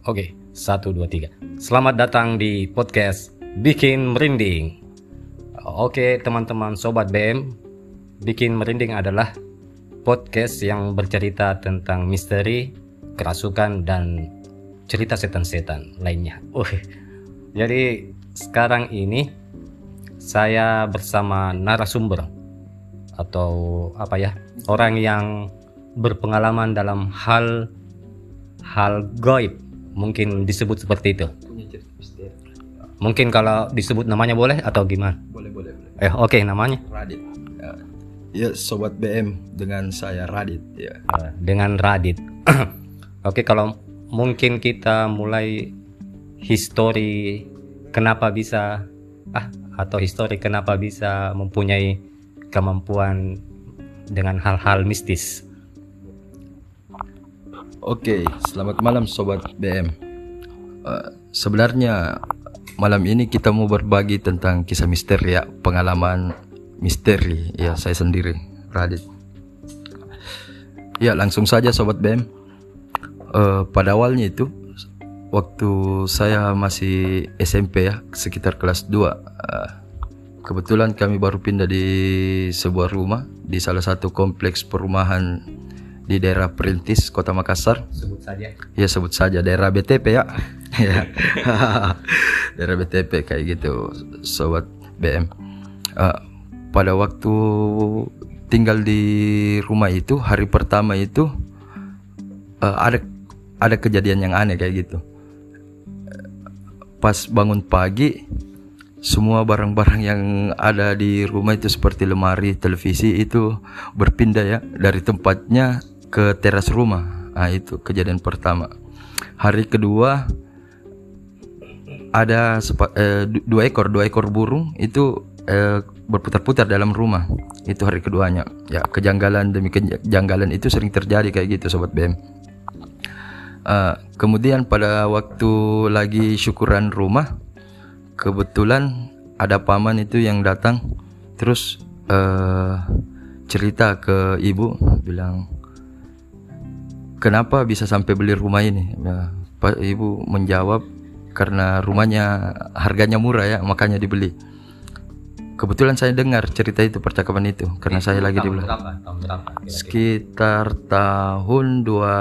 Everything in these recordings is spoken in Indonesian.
Oke, 1, 2, 3. Selamat datang di podcast Bikin Merinding. Oke, teman-teman Sobat BM, Bikin Merinding adalah podcast yang bercerita tentang misteri, kerasukan, dan cerita setan-setan lainnya. Jadi sekarang ini saya bersama narasumber atau orang yang berpengalaman dalam hal gaib, mungkin disebut seperti itu. Mungkin kalau disebut namanya boleh atau gimana? Boleh. Oke, namanya Radit. Ya, Sobat BM dengan saya Radit ya. Dengan Radit. Oke, kalau mungkin kita mulai histori kenapa bisa mempunyai kemampuan dengan hal-hal mistis. Oke, selamat malam Sobat BM. Sebenarnya malam ini kita mau berbagi tentang kisah misteri ya, pengalaman misteri ya saya sendiri, Radit. Ya, langsung saja Sobat BM. Pada awalnya itu waktu saya masih SMP ya, sekitar kelas 2. Kebetulan kami baru pindah di sebuah rumah di salah satu kompleks perumahan di daerah Perintis, Kota Makassar. Sebut saja. Ya, sebut saja daerah BTP ya. Ya. Daerah BTP kayak gitu, Sobat BM. Pada waktu tinggal di rumah itu, hari pertama itu ada kejadian yang aneh kayak gitu. Pas bangun pagi, semua barang-barang yang ada di rumah itu seperti lemari, televisi itu berpindah ya dari tempatnya ke teras rumah. Nah, itu kejadian pertama. Hari kedua ada dua ekor burung itu berputar-putar dalam rumah. Itu hari keduanya. Ya, kejanggalan demi kejanggalan itu sering terjadi kayak gitu Sobat BM. Kemudian pada waktu lagi syukuran rumah, kebetulan ada paman itu yang datang, terus cerita ke ibu, bilang, kenapa bisa sampai beli rumah ini? Nah, ibu menjawab, karena rumahnya harganya murah ya, makanya dibeli. Kebetulan saya dengar cerita itu, percakapan itu, karena saya lagi di Tahun berapa? Sekitar tahun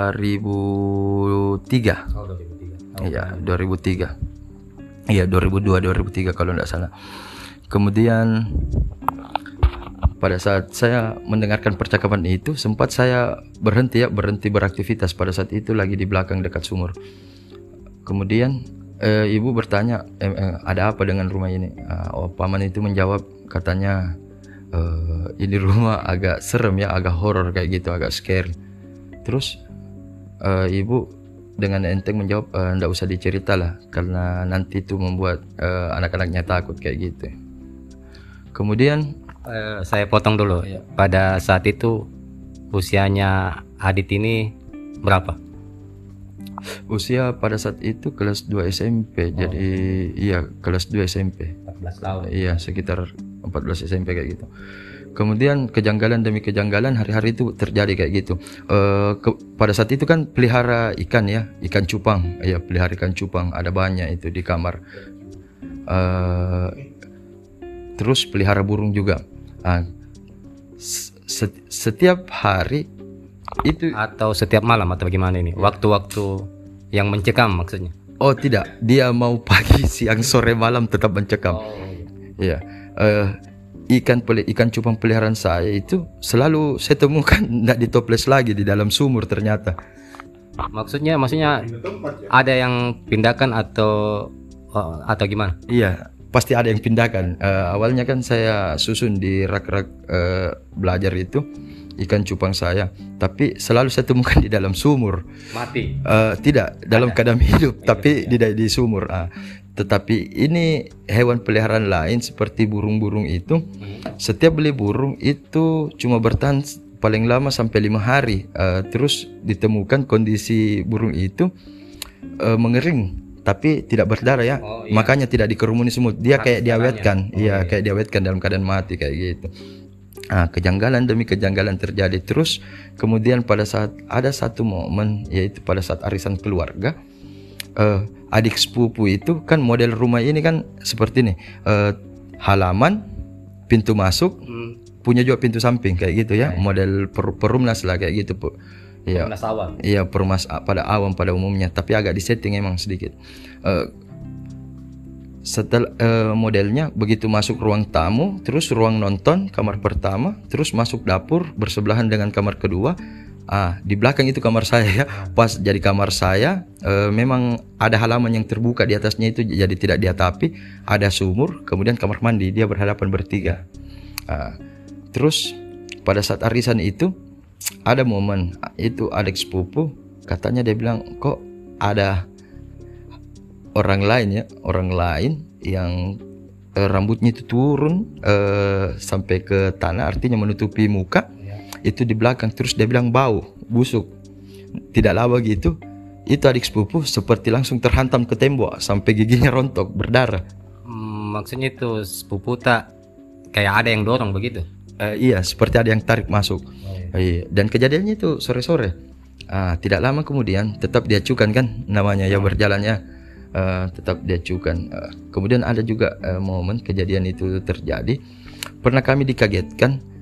2003. Oh, 2003. Iya, 2003. Iya, 2002-2003 kalau tidak salah. Kemudian pada saat saya mendengarkan percakapan itu, sempat saya berhenti beraktivitas pada saat itu, lagi di belakang dekat sumur. Kemudian ibu bertanya, ada apa dengan rumah ini? Paman itu menjawab, katanya ini rumah agak serem ya, agak horor kayak gitu, agak scary. Terus ibu dengan enteng menjawab, ndak usah dicerita lah, karena nanti itu membuat anak-anaknya takut kayak gitu. Kemudian saya potong dulu. Pada saat itu usianya Adit ini berapa? Usia pada saat itu kelas 2 SMP. Jadi iya, kelas 2 SMP. 14 tahun. Iya, sekitar 14 SMP kayak gitu. Kemudian kejanggalan demi kejanggalan hari-hari itu terjadi kayak gitu. Pada saat itu kan pelihara ikan ya, ikan cupang. Iya, pelihara ikan cupang, ada banyak itu di kamar. Terus pelihara burung juga. Setiap hari itu, atau setiap malam atau bagaimana ini? Waktu-waktu yang mencekam maksudnya? Oh tidak, dia mau pagi, siang, sore, malam tetap mencekam. Iya. Ikan cupang peliharaan saya itu selalu saya temukan tidak ditoples lagi di dalam sumur ternyata. Maksudnya ada yang pindahkan atau gimana? Iya, pasti ada yang pindahkan. Awalnya kan saya susun di rak-rak belajar itu ikan cupang saya, tapi selalu saya temukan di dalam sumur. Mati? Tidak, dalam keadaan hidup, tapi di sumur. Tetapi ini hewan peliharaan lain seperti burung-burung itu. Setiap beli burung itu cuma bertahan paling lama sampai 5 hari. Terus ditemukan kondisi burung itu mengering, tapi tidak berdarah ya. Makanya tidak dikerumuni semut. Dia kayak diawetkan. Iya, kayak diawetkan dalam keadaan mati kayak gitu. Kejanggalan demi kejanggalan terjadi terus. Kemudian pada saat ada satu momen, yaitu pada saat arisan keluarga, adik sepupu itu kan model rumah ini kan seperti ini, halaman, pintu masuk, punya juga pintu samping kayak gitu ya, model perumnas lah kayak gitu Bu. Iya. Perumnas awam. Iya, perumnas pada awam pada umumnya, tapi agak disetting emang sedikit. Setelah modelnya begitu masuk ruang tamu, terus ruang nonton kamar pertama, terus masuk dapur bersebelahan dengan kamar kedua. Di belakang itu kamar saya ya. Pas jadi kamar saya, memang ada halaman yang terbuka di atasnya itu, jadi tidak diatapi, ada sumur, kemudian kamar mandi, dia berhadapan bertiga. Terus pada saat arisan itu ada momen itu adik sepupu katanya dia bilang, kok ada orang lain yang rambutnya itu turun sampai ke tanah, artinya menutupi muka. Itu di belakang, terus dia bilang bau busuk. Tidak lama gitu, itu adik sepupu seperti langsung terhantam ke tembok sampai giginya rontok berdarah. Maksudnya itu sepupu tak kayak ada yang dorong begitu? Iya, seperti ada yang tarik masuk. Iya. Dan kejadiannya itu sore-sore. Tidak lama kemudian tetap diacukan kan namanya ya berjalannya, tetap diacukan. Kemudian ada juga momen kejadian itu terjadi. Pernah kami dikagetkan.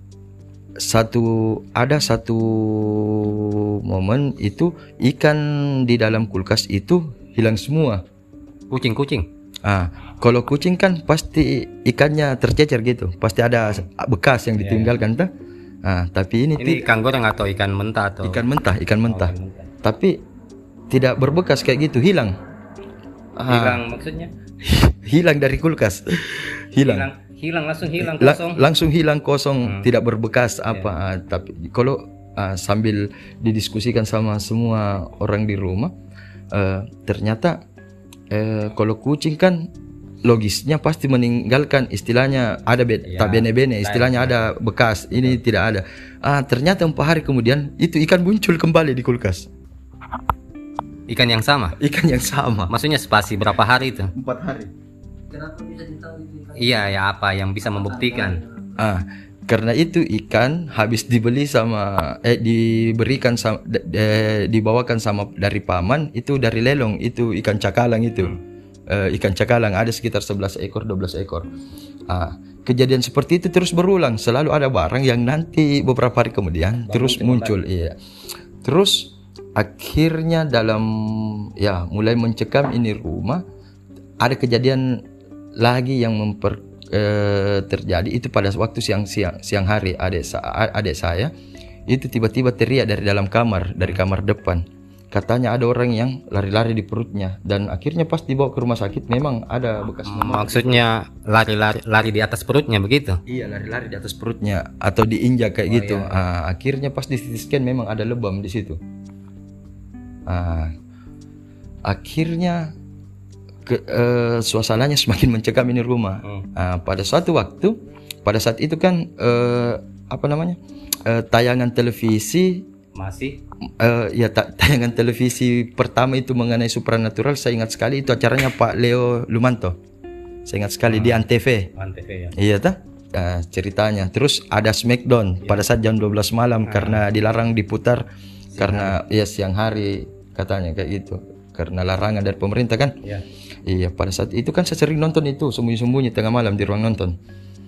Ada satu momen itu ikan di dalam kulkas itu hilang semua. Kucing. Kalau kucing kan pasti ikannya tercecer gitu, pasti ada bekas yang ditinggalkan tuh. Tapi ini ikan goreng atau ikan mentah atau ikan mentah. Tapi tidak berbekas kayak gitu, hilang. Hilang maksudnya? Hilang dari kulkas. Langsung hilang kosong, tidak berbekas apa. Tapi kalau sambil didiskusikan sama semua orang di rumah, ternyata kalau kucing kan logisnya pasti meninggalkan, istilahnya ada tak bene-bene, istilahnya ada bekas. Ini tidak ada. Ternyata 4 hari kemudian itu ikan muncul kembali di kulkas. Ikan yang sama? Ikan yang sama. Maksudnya spasi berapa hari itu? 4 hari. Kenapa bisa ditahu itu? Iya, ya apa yang bisa membuktikan? Karena itu ikan habis dibeli sama diberikan sama, dibawakan sama dari paman, itu dari lelong, itu ikan cakalang itu. Ikan cakalang ada sekitar 11 ekor 12 ekor. Kejadian seperti itu terus berulang, selalu ada barang yang nanti beberapa hari kemudian terus muncul. Iya. Terus akhirnya dalam mulai mencekam ini rumah, ada kejadian lagi yang terjadi itu pada waktu siang hari. Adik saya itu tiba-tiba teriak dari dalam kamar, dari kamar depan. Katanya ada orang yang lari-lari di perutnya, dan akhirnya pas dibawa ke rumah sakit memang ada bekas memar. Maksudnya lari di atas perutnya begitu? Iya, lari-lari di atas perutnya atau diinjak kayak gitu. Iya. Akhirnya pas di CT scan memang ada lebam di situ. Akhirnya suasananya semakin mencekam ini rumah. Pada suatu waktu, pada saat itu kan tayangan televisi masih tayangan televisi pertama itu mengenai supranatural, saya ingat sekali itu acaranya Pak Leo Lumanto. Saya ingat sekali di Antv ya. Iya ceritanya. Terus ada Smackdown pada saat jam 12 malam karena dilarang diputar karena siang hari katanya kayak gitu. Karena larangan dari pemerintah kan. Iya, pada saat itu kan saya sering nonton itu sembunyi-sembunyi tengah malam di ruang nonton.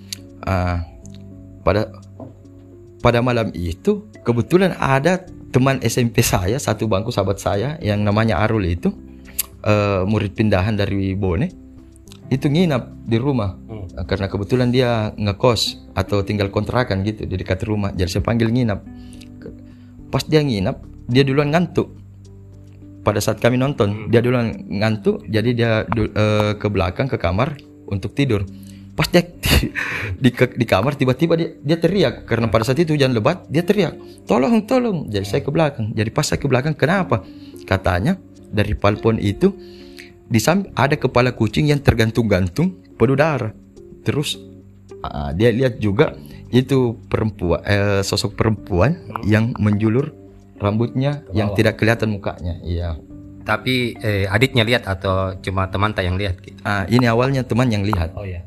Pada malam itu kebetulan ada teman SMP saya, satu bangku sahabat saya yang namanya Arul itu, murid pindahan dari Bone, itu nginap di rumah. Karena kebetulan dia ngekos atau tinggal kontrakan gitu di dekat rumah, jadi saya panggil nginap. Pas dia nginap, dia duluan ngantuk. Pada saat kami nonton, dia duluan ngantuk, jadi dia ke belakang ke kamar untuk tidur. Pas dia di kamar, tiba-tiba dia teriak karena pada saat itu hujan lebat, dia teriak, tolong. Jadi saya ke belakang. Jadi pas saya ke belakang, kenapa? Katanya dari balkon itu di samping ada kepala kucing yang tergantung-gantung penuh darah. Terus dia lihat juga itu sosok perempuan yang menjulur rambutnya yang tidak kelihatan mukanya. Iya. Tapi adiknya lihat atau cuma teman yang lihat gitu? Ini awalnya teman yang lihat. Oh iya.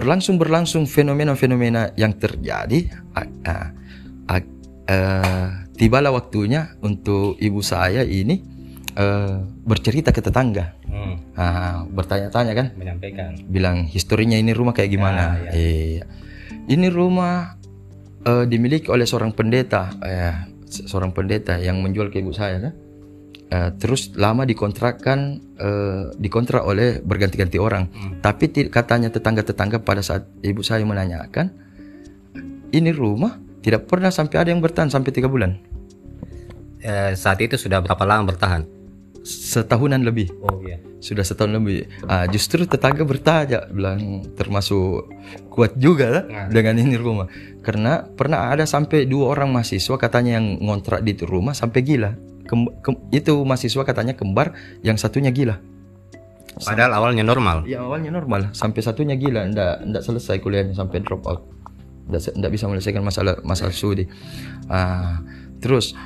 Berlangsung fenomena yang terjadi. tibalah waktunya untuk ibu saya ini bercerita ke tetangga. Bertanya-tanya kan, Menyampaikan. bilang historinya ini rumah kayak gimana. Ya. Iya. Ini rumah dimiliki oleh seorang pendeta, seorang pendeta yang menjual ke ibu saya kan. Terus lama dikontrak oleh berganti-ganti orang. Tapi katanya tetangga-tetangga pada saat ibu saya menanyakan, ini rumah tidak pernah sampai ada yang bertahan sampai 3 bulan. Saat itu sudah berapa lama bertahan? Setahunan lebih. Oh iya. Sudah setahun lebih. Justru tetangga bertanya, bilang termasuk kuat juga lah dengan ini rumah. Karena pernah ada sampai 2 orang mahasiswa katanya yang ngontrak di itu rumah sampai gila. Itu mahasiswa katanya kembar, yang satunya gila. Padahal awalnya normal. Ya awalnya normal, sampai satunya gila, ndak selesai kuliahnya sampai drop out. Ndak bisa menyelesaikan masalah studi. Terus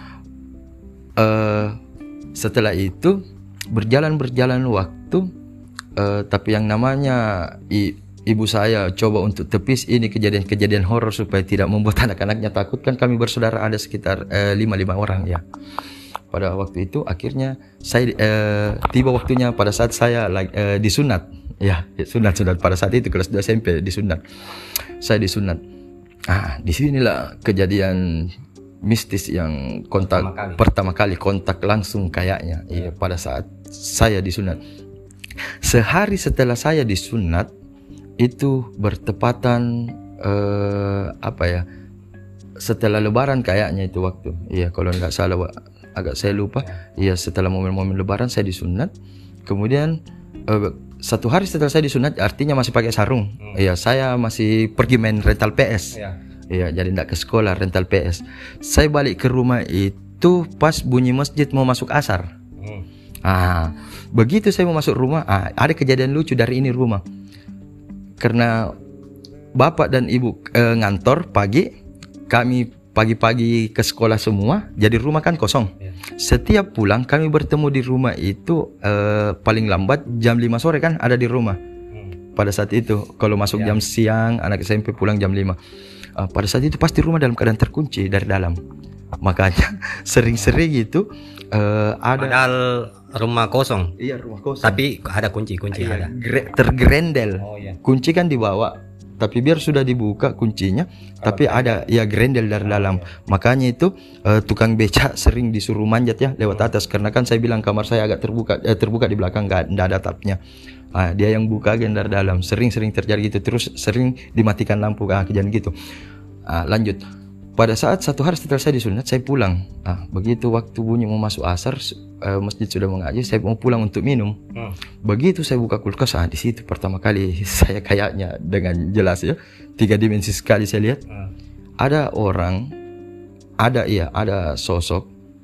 setelah itu berjalan waktu, tapi yang namanya ibu saya coba untuk tepis ini kejadian horor supaya tidak membuat anak-anaknya takut. Kan kami bersaudara ada sekitar 5 orang ya. Pada waktu itu akhirnya saya tiba waktunya pada saat saya disunat. Ya, sunat pada saat itu kelas 2 SMP disunat. Saya disunat. Disinilah kejadian mistis yang pertama kali kontak langsung kayaknya. Iya, pada saat saya disunat. Sehari setelah saya disunat itu bertepatan setelah Lebaran kayaknya itu waktu. Iya, kalau nggak salah agak saya lupa. Iya, setelah momen-momen Lebaran saya disunat. Kemudian 1 hari setelah saya disunat, artinya masih pakai sarung. Iya, saya masih pergi main rental PS. Iya, jadi tidak ke sekolah, rental PS. Saya balik ke rumah itu pas bunyi masjid mau masuk asar. Begitu saya mau masuk rumah, ada kejadian lucu dari ini rumah. Karena bapak dan ibu ngantor pagi, kami pagi-pagi ke sekolah semua, jadi rumah kan kosong. Setiap pulang kami bertemu di rumah itu paling lambat jam 5 sore kan ada di rumah. Pada saat itu, kalau masuk jam siang, anak SMP pulang jam 5. Pada saat itu pasti rumah dalam keadaan terkunci dari dalam. Makanya sering-sering itu ada. Padahal rumah kosong. Iya, rumah kosong. Tapi ada kunci ada. Tergrendel. iya. Kunci kan dibawa, tapi biar sudah dibuka kuncinya, tapi ada ya grendel dari dalam. Makanya itu tukang beca sering disuruh manjat ya lewat atas, karena kan saya bilang kamar saya agak terbuka di belakang, nggak ada atapnya. Dia yang buka dari dalam. Sering terjadi gitu. Terus sering dimatikan lampu, kejadian gitu. Lanjut. Pada saat 1 hari setelah saya disunat, saya pulang. Begitu waktu bunyi mau masuk asar, masjid sudah mengaji, saya mau pulang untuk minum. Begitu saya buka kulkas, di situ pertama kali saya kayaknya dengan jelas ya, 3 dimensi sekali saya lihat. Ada orang, ada sosok,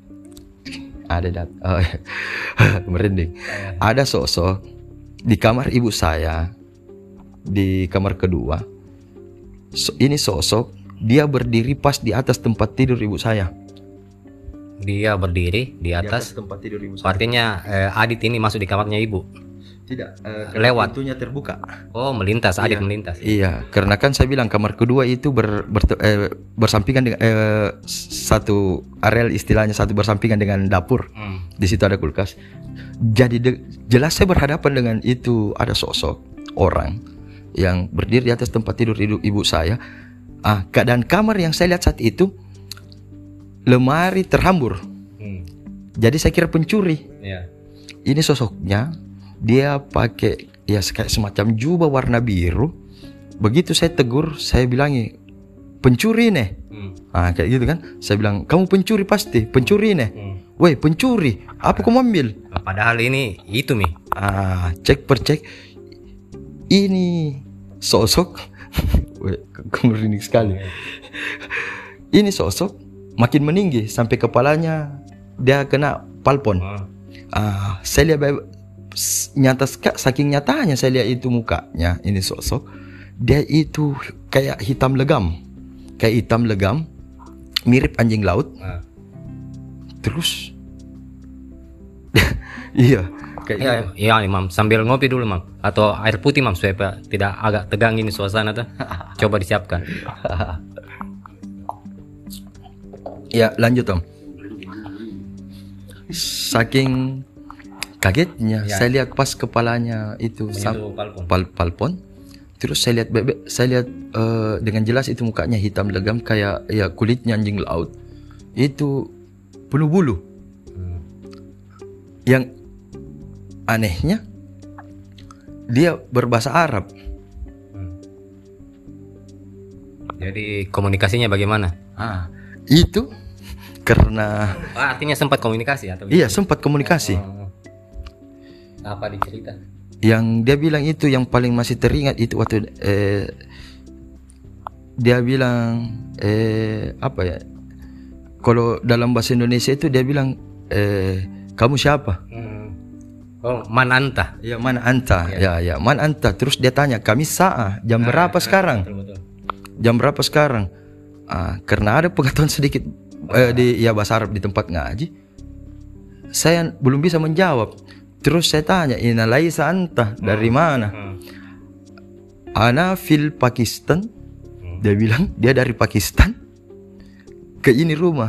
merinding. Ada sosok di kamar ibu saya, di kamar kedua. Ini sosok, dia berdiri pas di atas tempat tidur ibu saya. Dia berdiri di atas tempat tidur ibu saya. Artinya Adit ini masuk di kamarnya ibu. Tidak, lewat. Pintunya terbuka. Oh, melintas, Adit melintas. Iya, karena kan saya bilang kamar kedua itu bersampingan dengan satu areal, istilahnya satu bersampingan dengan dapur. Di situ ada kulkas. Jadi jelas saya berhadapan dengan itu, ada sosok orang yang berdiri di atas tempat tidur ibu saya. Keadaan kamar yang saya lihat saat itu, lemari terhambur. Jadi saya kira pencuri. Ini sosoknya, dia pakai ya kayak semacam jubah warna biru. Begitu saya tegur, saya bilangi, pencuri nih. Kayak gitu kan. Saya bilang, kamu pencuri pasti, pencuri nih. Woi, pencuri, apa kamu ambil? Padahal ini itu Mi. Cek ini sosok. Merinding sekali. Ini sosok makin meninggi sampai kepalanya dia kena palpon. Saya lihat saking nyatanya saya lihat itu mukanya ini sosok. Dia itu kayak hitam legam, mirip anjing laut. Terus iya kayak iya Imam, sambil ngopi dulu Mam, atau air putih Mam, supaya tidak agak tegang ini suasana tuh. Coba disiapkan. Ya lanjut Om. Saking kagetnya Ya. saya lihat pas kepalanya itu Menyentuh palpon. palpon. Terus saya lihat dengan jelas itu mukanya hitam legam kayak ya kulitnya anjing laut. Itu penuh bulu. Yang anehnya dia berbahasa Arab. Jadi komunikasinya bagaimana? Itu karena Artinya sempat komunikasi atau iya sempat komunikasi. Apa dicerita? Yang dia bilang itu yang paling masih teringat itu waktu dia bilang apa ya? Kalau dalam bahasa Indonesia itu dia bilang kamu siapa? Oh, man anta. Ya mana anta? Ya man anta. Terus dia tanya kami jam berapa sekarang? Betul. Jam berapa sekarang? Karena ada pengetahuan sedikit di bahasa Arab di tempat ngaji, saya belum bisa menjawab. Terus saya tanya, "Ina laisa anta dari mana?" "Ana fil Pakistan." Dia bilang dia dari Pakistan ke ini rumah.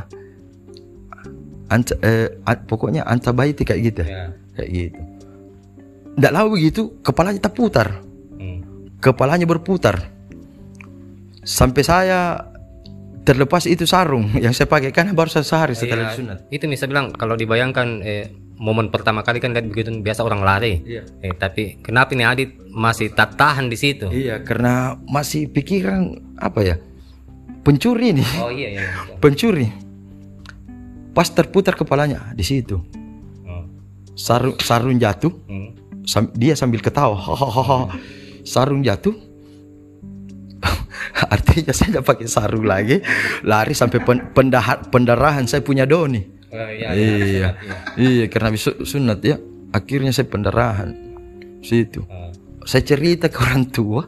Pokoknya anta baiti kayak gitu. Ya. Kayak gitu. Nggak lama begitu kepalanya terputar. Kepalanya berputar. Sampai saya terlepas itu sarung yang saya pakai kan baru sehari setelah disunat. Itu nih saya bilang kalau dibayangkan momen pertama kali kan lihat begitu biasa orang lari. Iya. Tapi kenapa nih Adit masih tak tahan di situ? Iya, karena masih pikiran apa ya? Pencuri nih. Oh iya. Pencuri. Pas terputar kepalanya di situ. Sarung jatuh. Dia sambil ketawa. Sarung jatuh. Artinya saya tidak pakai sarung lagi, lari sampai pendarahan saya punya doni. Iya, karena habis sunat ya, akhirnya saya pendarahan. Situ. Saya cerita ke orang tua,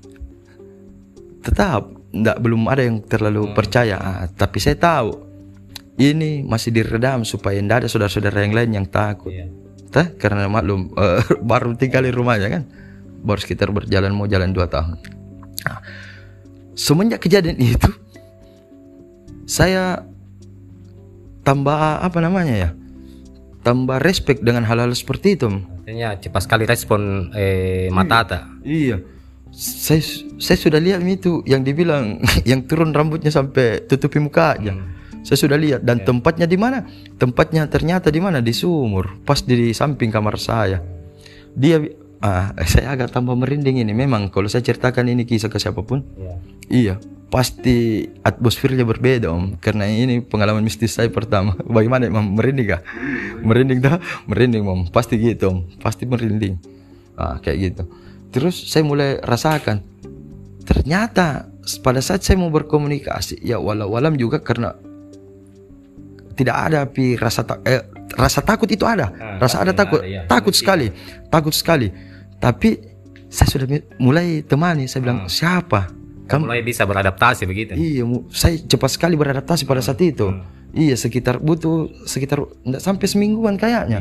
tetap belum ada yang terlalu percaya. Tapi saya tahu ini masih diredam supaya tidak ada saudara-saudara yang lain yang takut. Karena maklum baru tinggal di rumahnya kan, baru sekitar mau jalan 2 tahun. Semenjak kejadian itu saya tambah tambah respect dengan hal-hal seperti itu. Artinya cepat sekali respon Matata. Iya. Saya sudah lihat itu yang dibilang yang turun rambutnya sampai tutupi muka aja. Saya sudah lihat dan tempatnya di mana? Tempatnya ternyata di mana? Di sumur, pas di samping kamar saya. Saya agak tambah merinding ini. Memang kalau saya ceritakan ini kisah ke siapapun, iya, pasti atmosfernya berbeda Om. Karena ini pengalaman mistis saya pertama. Bagaimana Om? Merinding kah? Merinding dah? Merinding Om. Pasti gitu Om. Pasti merinding. Kayak gitu. Terus saya mulai rasakan. Ternyata pada saat saya mau berkomunikasi, ya walau-walam juga karena tidak ada api rasa takut itu ada. Takut sekali. Tapi saya sudah mulai temani. Saya bilang siapa? Kamu mulai bisa beradaptasi begitu. Iya, saya cepat sekali beradaptasi pada saat itu. Iya, butuh sekitar enggak sampai semingguan kayaknya.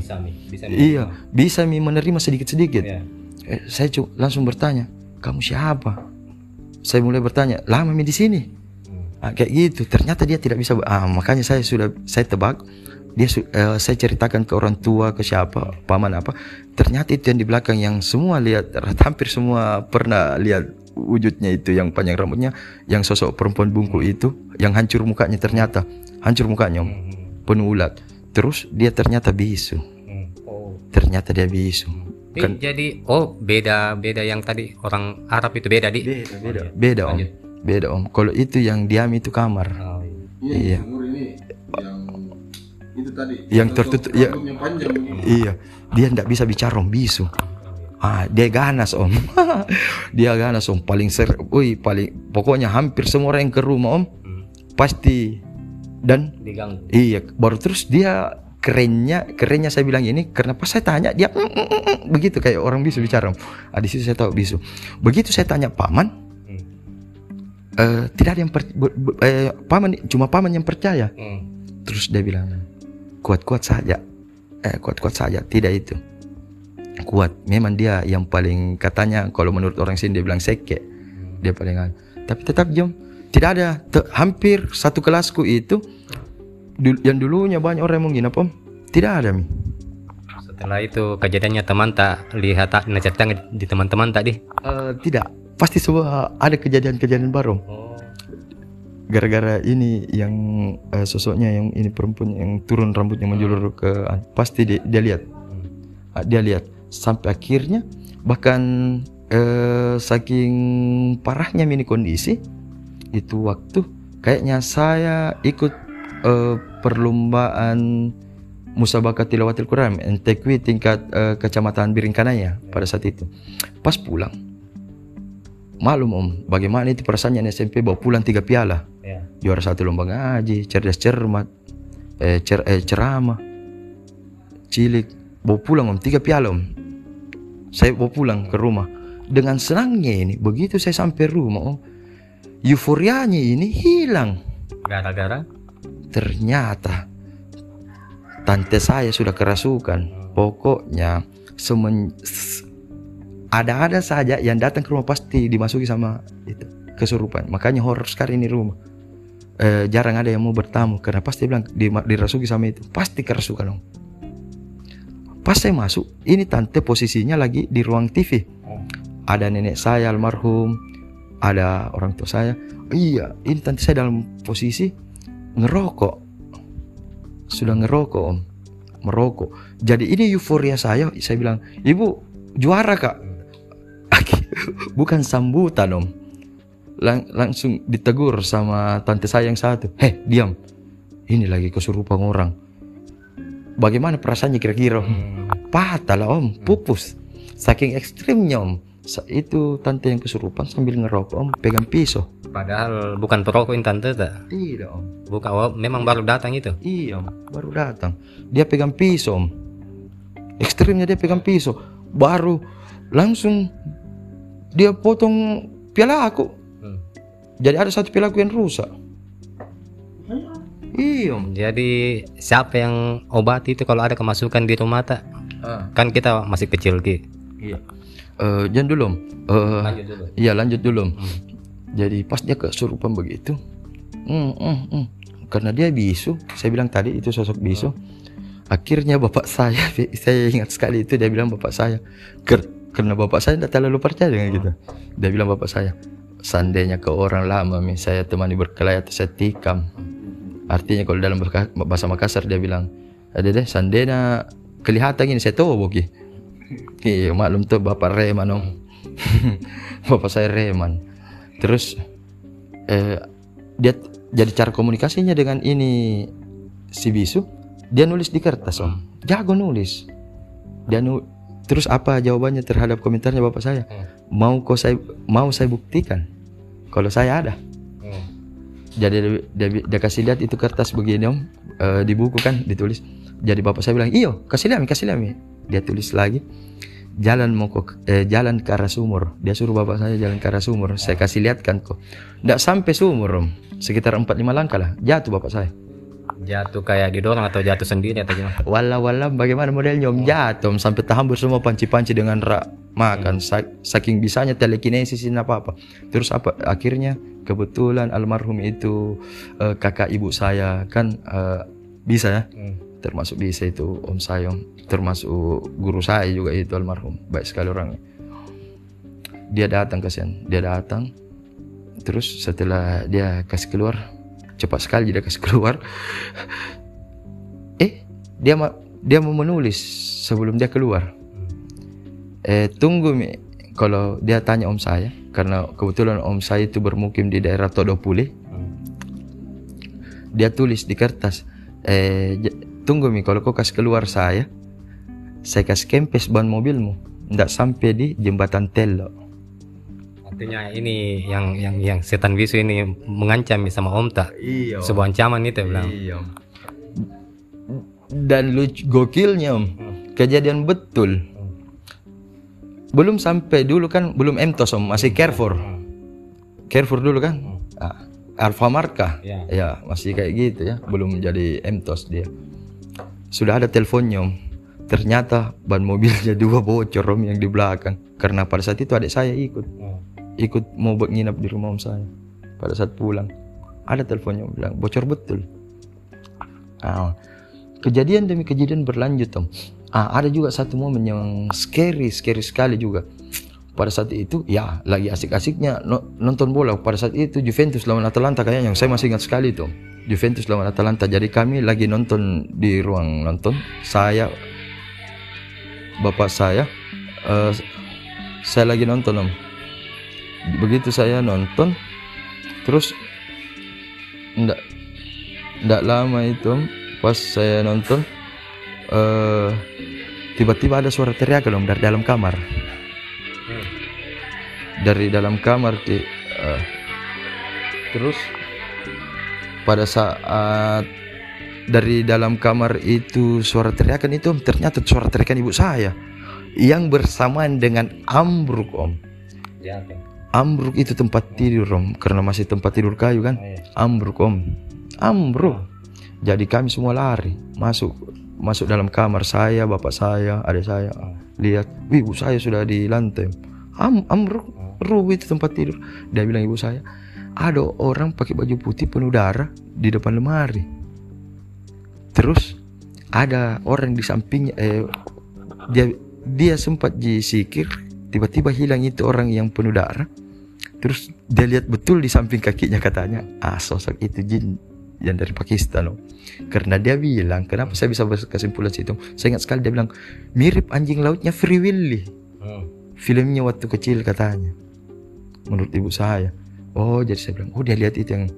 Bisa menerima sedikit-sedikit. Saya langsung bertanya, "Kamu siapa?" Saya mulai bertanya, "Lama di sini?" Kayak gitu. Ternyata dia tidak bisa. Makanya saya tebak. Saya ceritakan ke orang tua, ke siapa, paman apa. Ternyata itu yang di belakang yang semua lihat, hampir semua pernah lihat wujudnya itu yang panjang rambutnya, yang sosok perempuan bungkuk itu, yang hancur mukanya ternyata, hancur mukanya penuh ulat. Terus dia ternyata bisu. Ternyata dia bisu. Jadi beda yang tadi orang Arab itu beda Beda Om. Beda Om. Kalau itu yang diam itu kamar. Iya. Yang itu tadi. Yang tertutup. Iya. Yang panjang. Iya. Dia tidak bisa bicara Om, bisu. Dia ganas Om. Dia ganas Om. Pokoknya hampir semua orang yang ke rumah Om pasti dan diganggu. Iya. Baru terus dia kerennya saya bilang ini karena pas saya tanya dia begitu kayak orang bisu bicara. Di situ saya tahu bisu. Begitu saya tanya paman. Tidak ada yang cuma paman yang percaya. Terus dia bilang kuat-kuat saja, tidak itu kuat. Memang dia yang paling katanya kalau menurut orang sini dia bilang seke, dia paling tapi tetap jom. Tidak ada hampir satu kelasku itu yang dulunya banyak orang yang menginap Om. Tidak ada Mi. Setelah itu kejadiannya teman tak lihat tak cerita di teman-teman tadi. Tidak, pasti semua ada kejadian-kejadian baru. Gara-gara ini yang sosoknya yang ini perempuan yang turun rambutnya menjulur ke pasti dia lihat. Dia lihat sampai akhirnya bahkan saking parahnya mini kondisi itu waktu kayaknya saya ikut perlombaan musabaqah tilawatil Quran NTQ tingkat kecamatan Biringkanaya pada saat itu. Pas pulang, malum Om, bagaimana itu perasaannya SMP bawa pulang 3 piala. Juara 1 lomba ngaji, cerdas cermat, ceramah, cilik, bawa pulang Om 3 piala Om. Saya bawa pulang ke rumah dengan senangnya ini. Begitu saya sampai rumah Om, euforianya ini hilang. Gara-gara Ternyata tante saya sudah kerasukan. Pokoknya ada saja yang datang ke rumah pasti dimasuki sama itu kesurupan. Makanya horor sekali ini rumah. Jarang ada yang mau bertamu karena pasti bilang dirasuki sama itu. Pasti kerasukan Om. Pas saya masuk, ini tante posisinya lagi di ruang TV. Ada nenek saya almarhum, ada orang tua saya. Iya, ini tante saya dalam posisi ngerokok. Sudah ngerokok Om, merokok. Jadi ini euforia saya bilang, ibu juara Kak. Bukan sambutan Om, langsung ditegur sama tante saya yang satu. Diam, ini lagi kesurupan orang. Bagaimana perasaannya kira-kira? Patah lah Om, pupus. Saking ekstrimnya Om. Itu tante yang kesurupan sambil ngerokok Om, pegang pisau. padahal bukan perokok ini tante tak? Tidak Om. Bukan, memang baru datang itu. Iya Om, baru datang. Dia pegang pisau Om. Ekstrimnya dia pegang pisau. Baru langsung dia potong piala aku. Jadi ada 1 piala aku yang rusak. Iya Om. Jadi siapa yang obati itu kalau ada kemasukan di rumah tak? Kan kita masih kecil Ki. Iya. Jangan dulu Om. Lanjut dulu. Iya lanjut dulu Om. Jadi pas dia kesurupan begitu, karena dia bisu, saya bilang tadi itu sosok bisu. Akhirnya bapak saya ingat sekali itu, dia bilang bapak saya, karena bapak saya tidak terlalu percaya dengan gitu. Dia bilang bapak saya, seandainya ke orang lama saya temani berkelahi atau saya tikam. Artinya kalau dalam bahasa Makassar dia bilang, ada deh seandainya kelihatan gini saya tahu boki. Maklum tuh bapak reman Om. Bapak saya reman. Terus dia jadi cara komunikasinya dengan ini si bisu, dia nulis di kertas Om. Jago nulis. Dia terus apa jawabannya terhadap komentarnya bapak saya? Mau saya buktikan kalau saya ada. Jadi dia kasih lihat itu kertas begini Om, di buku kan ditulis. Jadi bapak saya bilang, "Iyo, kasih lihat. Dia tulis lagi. Jalan ke arah sumur. Dia suruh bapak saya jalan ke arah sumur. Saya kasih lihat kan kok. Nggak sampai sumur Om. Sekitar 4-5 langkah lah. Jatuh bapak saya. Jatuh kayak didorong atau jatuh sendiri atau gimana? Wala bagaimana modelnya Om, jatuh Om. Sampai terhambur semua panci-panci dengan makan. Saking bisanya telekinesis ini apa-apa. Terus akhirnya kebetulan almarhum itu kakak ibu saya kan bisa ya. Termasuk bisa itu Om saya Om. Termasuk guru saya juga itu almarhum, baik sekali orangnya. Dia datang kasihan, dia datang. Terus setelah dia kasih keluar, cepat sekali dia kasih keluar. Dia mau menulis sebelum dia keluar. Tunggu kalau dia tanya Om saya, karena kebetulan Om saya itu bermukim di daerah Todopule. Dia tulis di kertas, tunggu kalau kau kasih keluar saya kasih kempes ban mobilmu, ndak sampai di jembatan Tello. Artinya ini yang setan bisu ini mengancam sama Om tak? Iya. Sebuah ancaman itu bilang. Iya. Dan lucu gokilnya Om, kejadian betul. Belum sampai dulu kan, belum Emtos Om, masih Carrefour. Carrefour dulu kan? Alfamart kah? Ya, masih kayak gitu ya, belum jadi Emtos dia. Sudah ada teleponnya Om. Ternyata ban mobilnya 2 bocor Om yang di belakang. Karena pada saat itu adik saya ikut mau nginap di rumah Om saya. Pada saat pulang ada teleponnya Om bilang bocor betul. kejadian demi kejadian berlanjut om. Ada juga satu momen yang scary sekali juga. Pada saat itu ya lagi asik-asiknya nonton bola. Pada saat itu Juventus lawan Atalanta kayaknya, yang saya masih ingat sekali itu. Juventus lawan Atalanta. Jadi kami lagi nonton di ruang nonton. Bapak saya lagi nonton om. Begitu saya nonton, terus ndak lama itu om, pas saya nonton tiba-tiba ada suara teriakan om dari dalam kamar. Dari dalam kamar terus pada saat dari dalam kamar itu suara teriakan itu om, ternyata suara teriakan ibu saya yang bersamaan dengan ambruk om. Ya, okay. Ambruk itu tempat tidur om, karena masih tempat tidur kayu kan. Ambruk om, ambruk. Jadi kami semua lari masuk dalam kamar, saya, bapak saya, adik saya. Lihat, ibu saya sudah di lantai. Ambruk, itu tempat tidur. Dia bilang ibu saya, ada orang pakai baju putih penuh darah di depan lemari. Terus ada orang di sampingnya, dia sempat disikir, tiba-tiba hilang itu orang yang penuh darah. Terus dia lihat betul di samping kakinya, katanya, sosok itu jin yang dari Pakistan. Karena dia bilang, kenapa saya bisa berkesimpulan situ? Saya ingat sekali dia bilang, mirip anjing lautnya Free Willy. Filmnya waktu kecil katanya. Menurut ibu saya. Oh, jadi saya bilang, dia lihat itu yang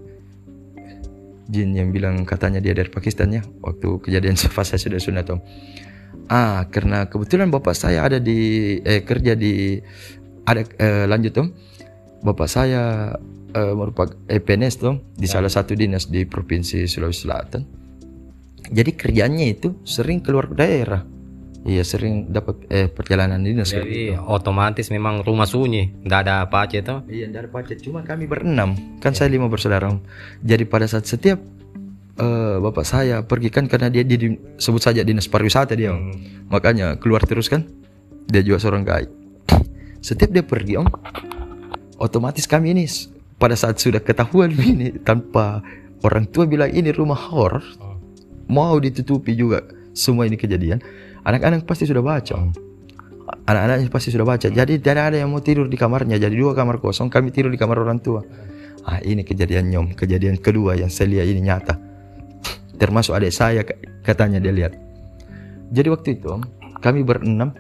jin yang bilang katanya dia dari Pakistan ya. Waktu kejadian pas saya sudah sunat om. Karena kebetulan bapak saya ada di kerja di lanjut om. Bapak saya merupakan PNS om di salah satu dinas di provinsi Sulawesi Selatan. Jadi kerjanya itu sering keluar daerah. Iya, sering dapat perjalanan dinas. Jadi otomatis memang rumah sunyi, nggak ada pacet tuh. Iya, nggak ada pacet. Cuma kami berenam, kan saya 5 bersaudara. Jadi pada saat setiap bapak saya pergi kan, karena dia sebut saja dinas pariwisata dia, makanya keluar terus kan. Dia juga seorang guide. Setiap dia pergi om, otomatis kami ini pada saat sudah ketahuan ini tanpa orang tua bilang ini rumah horor, mau ditutupi juga semua ini kejadian. Anak-anak pasti sudah baca. Anak-anaknya pasti sudah baca. Jadi tidak ada yang mau tidur di kamarnya. Jadi 2 kamar kosong, kami tidur di kamar orang tua. Ini kejadian nyom. Kejadian kedua yang saya lihat ini nyata. Termasuk adik saya katanya dia lihat. Jadi waktu itu kami berenam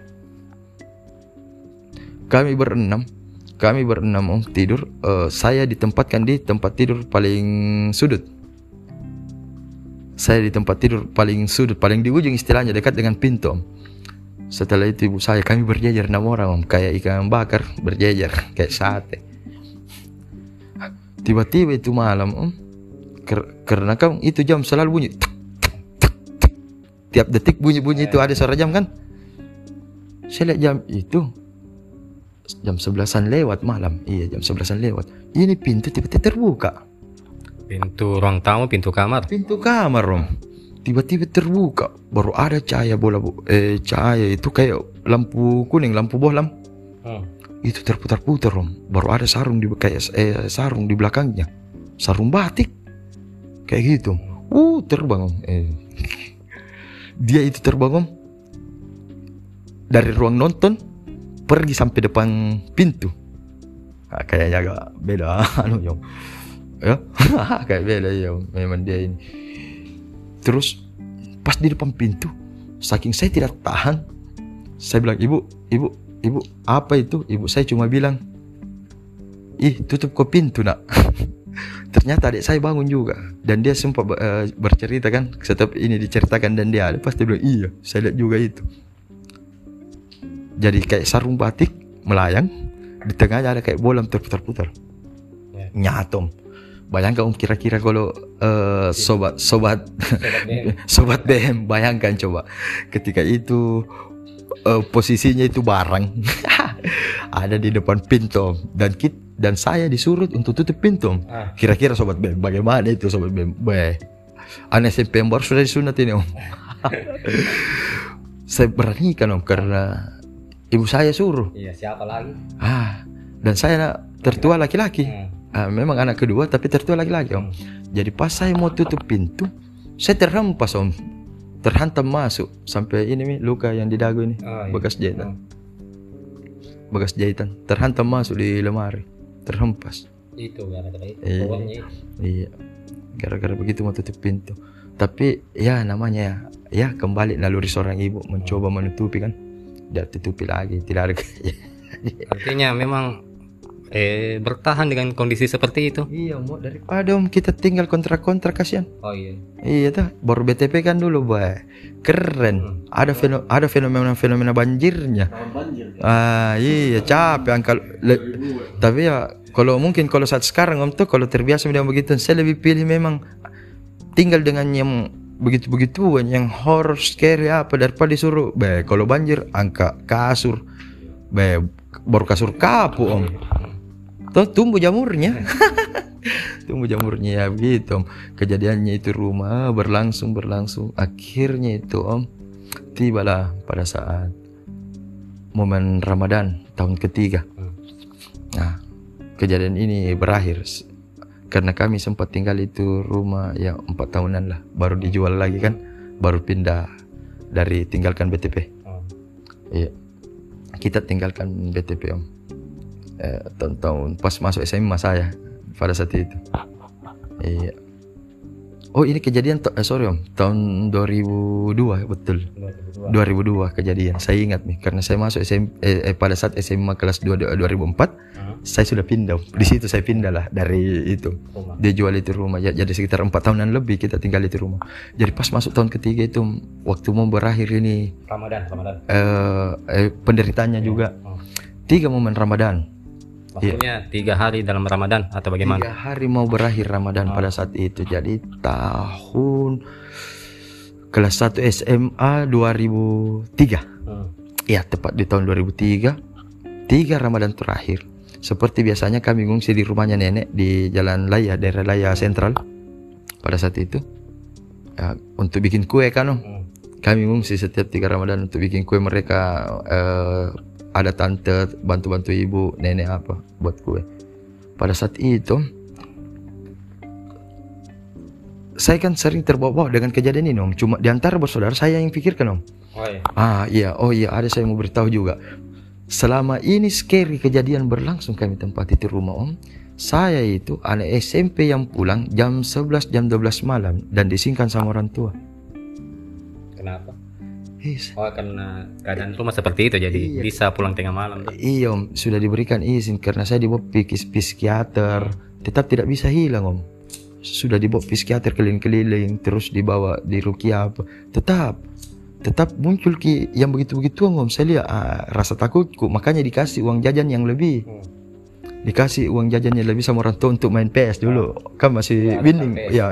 om tidur. Saya ditempatkan di tempat tidur paling sudut. Saya di tempat tidur paling sudut, paling di ujung istilahnya, dekat dengan pintu om. Setelah itu ibu saya, kami berjejer 6 orang om, kayak ikan bakar berjejer, kayak sate. Tiba-tiba itu malam om, karena kan itu jam selalu bunyi, tiap detik bunyi-bunyi itu ada suara jam kan. Saya lihat jam itu jam 11-an lewat malam. Iya, jam 11-an lewat. Ini pintu tiba-tiba terbuka. Pintu ruang tamu, pintu kamar om, tiba-tiba terbuka. Baru ada cahaya cahaya itu kayak lampu kuning, lampu bohlam. Itu terputar-putar om. Baru ada sarung sarung di belakangnya, sarung batik kayak gitu. Terbang om. Dia itu terbang om, dari ruang nonton pergi sampai depan pintu. Kayaknya agak beda om. Ya, kayak beda ya, memang dia ini. Terus pas di depan pintu, saking saya tidak tahan, saya bilang, ibu, apa itu? Ibu saya cuma bilang, tutup kok pintu nak. Ternyata adik saya bangun juga, dan dia sempat bercerita kan, setiap ini diceritakan dan dia ada, pasti bilang iya, saya lihat juga itu. Jadi kayak sarung batik melayang, di tengahnya ada kayak bolam terputar-putar. Nyatom. Bayangkan kira-kira kalau sobat BM, bayangkan coba ketika itu posisinya itu barang ada di depan pintu dan saya disuruh untuk tutup pintu. Kira-kira sobat BM bagaimana itu sobat BM? Anak SMP yang baru sudah disunat ini om. Saya beranikan om karena ibu saya suruh. Iya, siapa lagi? Dan saya tertua laki-laki. Memang anak kedua tapi tertua laki-laki om. Jadi pas saya mau tutup pintu, saya terhempas om. terhantam masuk sampai ini Mi, luka yang di dagu ini, Oh, iya. bekas jahitan. Bekas jahitan terhantam masuk di lemari, terhempas. Itu gara-gara itu. Iya. Bawahnya itu. Iya, gara-gara begitu mau tutup pintu. Tapi ya namanya ya kembali naluri seorang ibu mencoba menutupi kan, tidak tutupi lagi, tidak ada. Artinya memang bertahan dengan kondisi seperti itu. Iya, mau daripada kita tinggal kontrak-kontrak kasihan. Oh iya. Iya tuh, baru BTP kan dulu, Bay. Keren. Ada fenomena banjirnya. Tahun banjir. Iya, capek angka. Tapi ya kalau mungkin kalau saat sekarang Om tuh kalau terbiasa dengan begitu, saya lebih pilih memang tinggal dengan yang begitu-begituan, yang horror scary apa daripada disuruh, kalau banjir angka kasur, baru kasur kapuk Om. Tuh tumbuh jamurnya. Tumbuh jamurnya ya begitu Om. Kejadiannya itu rumah berlangsung. Akhirnya itu Om, tibalah pada saat momen Ramadan tahun ketiga. Nah, kejadian ini berakhir karena kami sempat tinggal itu rumah ya 4 tahunan lah, baru dijual lagi kan, baru pindah dari tinggalkan BTP. Iya, kita tinggalkan BTP Om. Tahun-tahun pas masuk SMA saya pada saat itu. Iya. Oh ini kejadian sorry Om, tahun 2002 betul. 2002 kejadian. Saya ingat nih karena saya masuk pada saat SMA kelas 2 2004, saya sudah pindah. Di situ saya pindah lah dari itu. Dia jual itu rumah. Jadi sekitar 4 tahunan lebih kita tinggal di rumah. Jadi pas masuk tahun ketiga itu waktu mau berakhir ini Ramadan. penderitaannya juga 3 momen Ramadan. Maksudnya 3 hari dalam Ramadan atau bagaimana? 3 hari mau berakhir Ramadan pada saat itu. Jadi tahun kelas 1 SMA 2003. Ya tepat di tahun 2003. 3 Ramadan terakhir. Seperti biasanya kami ngungsi di rumahnya nenek di Jalan Laya, daerah Laya Sentral. Pada saat itu ya, untuk bikin kue kan Om. Kami ngungsi setiap 3 Ramadan untuk bikin kue. Mereka ada tante bantu-bantu ibu, nenek apa buat kue. Pada saat itu saya kan sering terbawa-bawa dengan kejadian ini Om. Cuma di antara bersaudara saya yang pikirkan Om. Oh iya, ada saya mau beritahu juga. Selama ini scary kejadian berlangsung kami tempat itu rumah Om. Saya itu anak SMP yang pulang jam 11 jam 12 malam dan disingkan sama orang tua. Kenapa? Yes. Oh karena keadaan rumah seperti itu jadi bisa pulang tengah malam. Iya Om, sudah diberikan izin karena saya dibawa psikiater, tetap tidak bisa hilang Om. Sudah dibawa psikiater keliling-keliling, terus dibawa di rukia apa, tetap muncul yang begitu-begitu Om. Saya lihat rasa takutku, makanya dikasih uang jajan yang lebih. Dikasih uang jajan yang lebih sama orang tua untuk main PS dulu. Kan masih winning. Iya.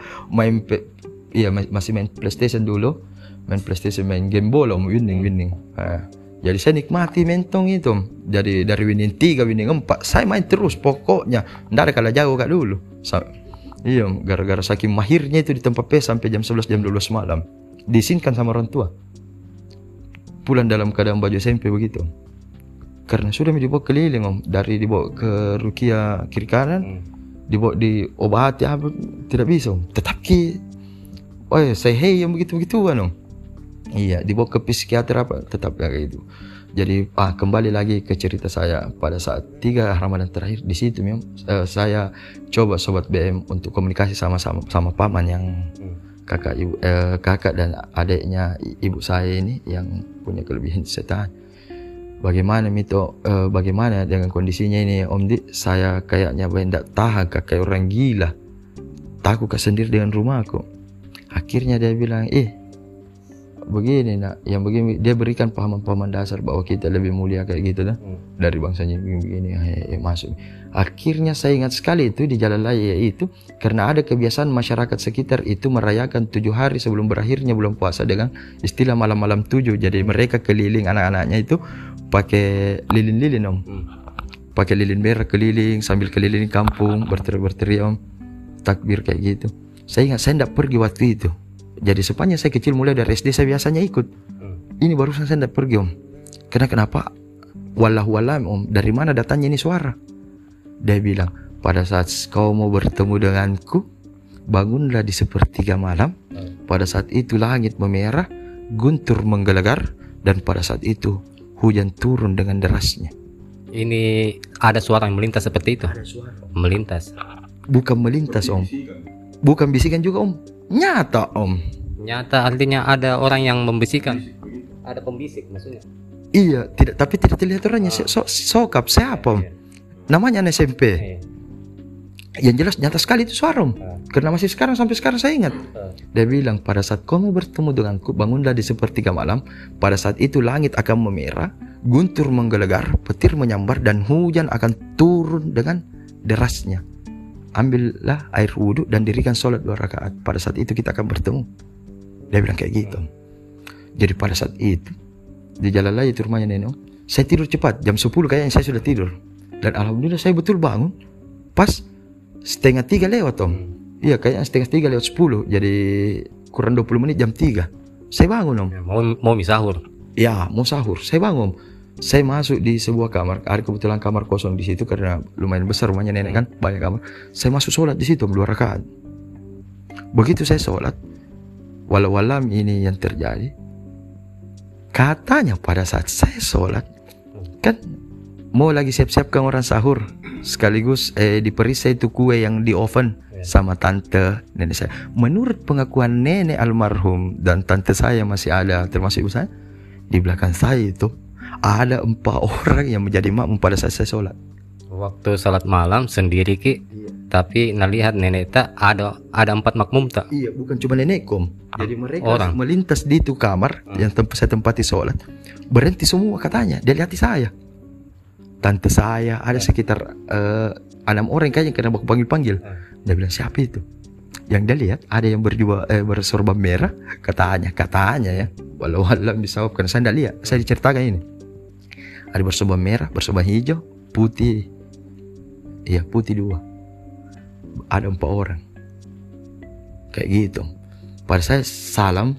Masih main PlayStation dulu. Main PlayStation, main game bola winning. Jadi saya nikmati mentong itu. Jadi dari winning 3, winning 4 saya main terus pokoknya. Nggak ada kalah jauh kak dulu. Iya, gara-gara saking mahirnya itu di tempat PS sampai jam 11 jam 12 malam. Diizinkan sama orang tua. Pulang dalam keadaan baju SMP begitu. Karena sudah dibawa keliling Om. Dari dibawa ke rukia kiri kanan, dibawa diobati apa tidak bisa Om. Tetap saya yang begitu-begituan Om. Iya, dibawa ke psikiater apa tetap kayak gitu. Jadi kembali lagi ke cerita saya pada saat 3 Ramadan terakhir di situ saya coba sobat BM untuk komunikasi sama paman yang kakak dan adiknya ibu saya ini yang punya kelebihan setan. Bagaimana bagaimana dengan kondisinya ini Om Di? Saya kayaknya tidak tahan kayak orang gila. Takut sendiri dengan rumahku. Akhirnya dia bilang, begini nak, yang begini dia berikan pahaman-pahaman dasar bahwa kita lebih mulia kayak gitu dah dari bangsanya begini masuk. Akhirnya saya ingat sekali itu di Jalan Laya itu karena ada kebiasaan masyarakat sekitar itu merayakan 7 hari sebelum berakhirnya bulan puasa dengan istilah malam-malam 7. Jadi mereka keliling anak-anaknya itu pakai lilin-lilin Om. Pakai lilin merah keliling sambil keliling kampung berteriak Om. Takbir kayak gitu. Saya ingat saya tidak pergi waktu itu. Jadi sepanjang saya kecil mulai dari SD saya biasanya ikut. Ini barusan saya tidak pergi Om. Kenapa? Wallahualam Om, dari mana datangnya ini suara? Dia bilang, pada saat kau mau bertemu denganku, bangunlah di sepertiga malam. Pada saat itu langit memerah, guntur menggelegar, dan pada saat itu hujan turun dengan derasnya. Ini ada suara yang melintas seperti itu. Ada suara. Melintas. Bukan melintas om, bukan bisikan juga om, nyata om. Nyata artinya ada orang yang membisikkan. Ada pembisik maksudnya. Iya, tidak, tapi tidak terlihat orangnya. Sokap siapa om? Namanya anak SMP. Yang jelas nyata sekali itu suara om. Karena masih sampai sekarang saya ingat. Dia bilang, pada saat kamu bertemu denganku, bangunlah di sepertiga malam. Pada saat itu langit akan memerah, guntur menggelegar, petir menyambar, dan hujan akan turun dengan derasnya. Ambillah air wudhu dan dirikan sholat 2 rakaat. Pada saat itu kita akan bertemu. Dia bilang kayak gitu. Jadi pada saat itu di jalan lagi itu rumahnya nenek. Saya tidur cepat, jam 10 kayaknya saya sudah tidur. Dan alhamdulillah saya betul bangun pas 2:30 lewat om. Iya kayaknya 2:30 lewat 10. Jadi kurang 20 menit jam 3. Saya bangun om. Mau sahur. Ya mau sahur. Saya bangun. Saya masuk di sebuah kamar. Ada kebetulan kamar kosong di situ karena lumayan besar rumahnya nenek kan, banyak kamar. Saya masuk sholat di situ 2 rakaat. Begitu saya sholat, walau-walam ini yang terjadi. Katanya pada saat saya sholat, kan mau lagi siap-siapkan orang sahur, sekaligus diperiksa itu kue yang di oven sama tante nenek saya. Menurut pengakuan nenek almarhum dan tante saya masih ada, termasuk ibu saya, di belakang saya itu ada 4 orang yang menjadi makmum pada saat saya sholat. Waktu salat malam sendiri ki, tapi nalihat nenek tak ada 4 makmum tak? Iya, bukan cuma nenekku. Jadi mereka orang melintas di itu kamar yang saya tempati sholat, berhenti semua katanya. Dia lihat saya, tante saya, ada sekitar 6 orang kayaknya karena aku panggil-panggil. Dia bilang siapa itu? Yang dia lihat ada yang bersorban merah, katanya ya. Walau alam disawab karena saya tidak lihat, saya diceritakan ini. Ada bersorban merah, bersorban hijau, putih. Iya, putih 2. Ada 4 orang. Kayak gitu. Pada saya salam.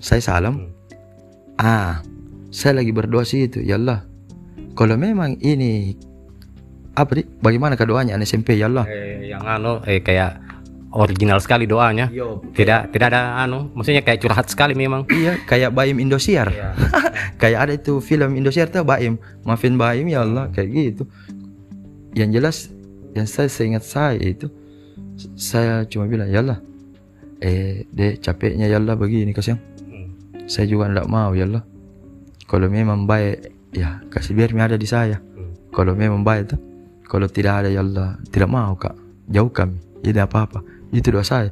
Saya lagi berdoa sih itu. Ya Allah, kalau memang ini bagaimana doanya anak SMP ya Allah? Yang kayak original sekali doanya. Tidak ada maksudnya kayak curhat sekali memang. Iya, kayak Baim Indosiar. Kayak ada itu film Indosiar tuh Baim, maafin Baim ya Allah, kayak gitu. Yang jelas yang saya ingat saya itu, saya cuma bilang ya Allah, dek capeknya ya Allah begini kasihan. Saya juga tidak mau ya Allah. Kalau memang baik ya kasih biar ada di saya. Kalau memang baik tuh, kalau tidak ada ya Allah, tidak mau kak, jauh kami, tidak apa-apa. Itu doa saya.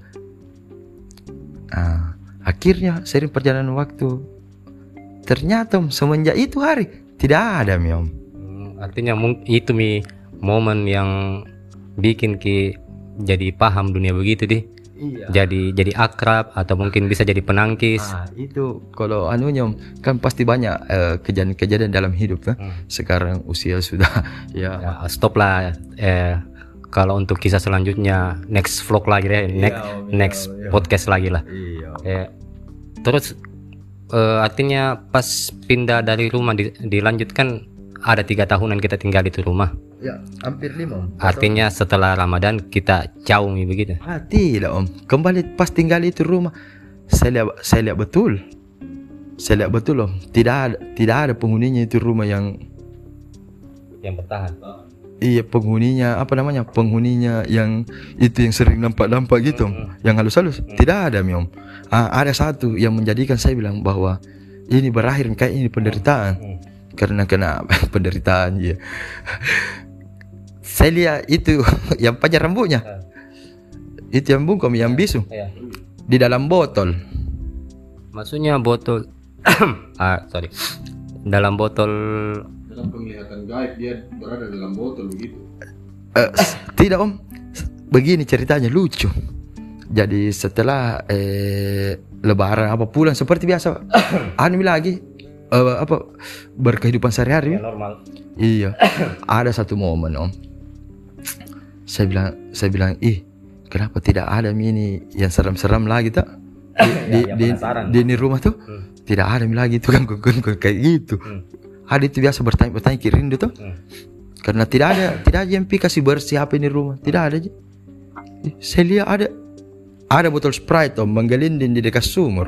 Akhirnya sering perjalanan waktu, ternyata semenjak itu hari tidak ada om. Artinya itu momen yang bikin ki jadi paham dunia begitu deh. Iya. Jadi akrab atau mungkin bisa jadi penangkis. Itu kalau om kan pasti banyak kejadian-kejadian dalam hidup kan. Sekarang usia sudah ya stop lah. Kalau untuk kisah selanjutnya next vlog lagi deh, next podcast lagi lah. Terus artinya pas pindah dari rumah dilanjutkan ada 3 tahunan kita tinggal di rumah. Ya, hampir 5. Artinya setelah Ramadan kita jauh begitu. Tidak om, kembali pas tinggal itu rumah, saya lihat betul om, tidak ada penghuninya itu rumah yang bertahan. Iya, penghuninya yang itu yang sering nampak gitu, yang halus-halus. Tidak ada om. Ada satu yang menjadikan saya bilang bahwa ini berakhir kayak ini penderitaan. Karena penderitaan ya. Saya lihat itu yang panjang rambutnya, itu yang bungkum, yang bisu, di dalam botol. Maksudnya botol, dalam botol. Dalam penglihatan gaib dia berada dalam botol begitu. Tidak om, begini ceritanya lucu. Jadi setelah Lebaran apa pulang seperti biasa, lagi berkehidupan sehari-hari normal. Iya. Ada satu momen om, saya bilang kenapa tidak ada ini yang seram-seram lagi tak di rumah tuh. Tidak ada lagi itu kan kayak gitu. Ada itu biasa bertanya kirim itu karena tidak ada yang kasih bersih apa ini rumah, tidak ada aja. Saya lihat ada botol Sprite Om menggelinding di dekat sumur.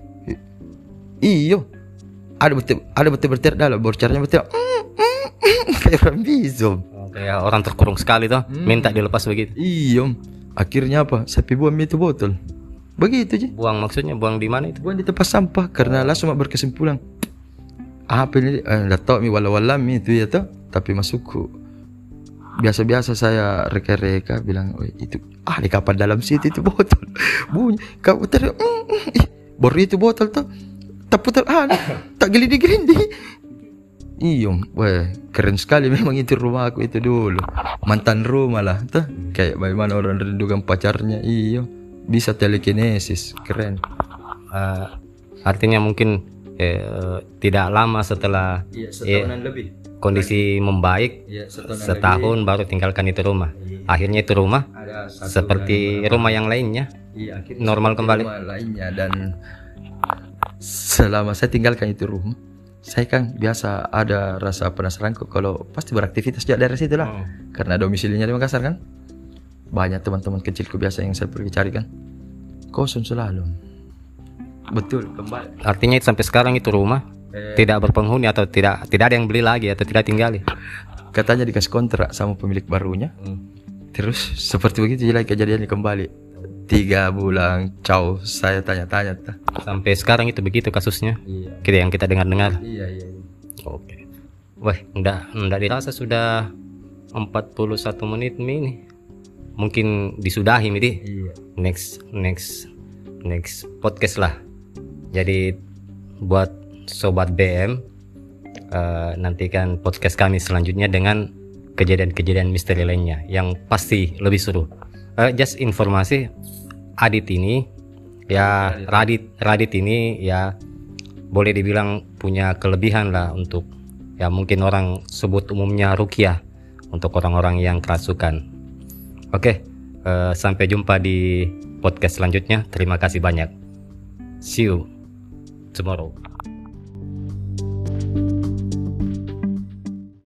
Iyo. Ada betul dalam borcarnya betul. Kayak orang bisu. Kayak orang terkurung sekali tuh, minta dilepas begitu. Iyo. Akhirnya apa? Saya buang itu botol. Begitu aja. Buang maksudnya buang di mana itu? Buang di tempat sampah karena langsung berkesimpulan. Apa ini? Enggak tahu mi walau-walam itu ya tuh, tapi masukku. Biasa-biasa saya reka-reka bilang, "Oh, itu di kapal dalam situ itu botol." Bunyi, kau putar baru itu botol tuh. Tak putar tak gelindi-gelindi. Iyo, weh, keren sekali memang itu rumah aku itu dulu. Mantan rumah lah, tuh. Kayak bagaimana orang rindukan pacarnya. Iyo, bisa telekinesis, keren. Artinya mungkin tidak lama setelah setahunan lebih. Kondisi membaik, setahun baru tinggalkan itu rumah. Akhirnya itu rumah seperti rumah yang lainnya, normal kembali. Rumah lainnya. Dan selama saya tinggalkan itu rumah, saya kan biasa ada rasa penasaran kok kalau pasti beraktivitas di daerah situ lah. Karena domisilinya di Makassar kan. Banyak teman-teman kecilku biasa yang saya pergi cari kan. Kosong selalu. Betul, kembali. Artinya sampai sekarang itu rumah tidak berpenghuni atau tidak ada yang beli lagi atau tidak tinggali. Katanya dikasih kontrak sama pemilik barunya. Terus seperti begitu lagi kejadiannya kembali. 3 bulan, saya tanya-tanya. Sampai sekarang itu begitu kasusnya. Iya. Yang kita dengar-dengar. Iya. Oke. Wah, enggak dirasa sudah 41 menit ini. Mungkin disudahi Midi. Iya. Next podcast lah. Jadi buat sobat BM, nantikan podcast kami selanjutnya dengan kejadian-kejadian misteri lainnya yang pasti lebih seru. Just informasi, Radit ini ya boleh dibilang punya kelebihan lah untuk ya mungkin orang sebut umumnya ruqyah untuk orang-orang yang kerasukan. Oke, sampai jumpa di podcast selanjutnya. Terima kasih banyak. See you tomorrow.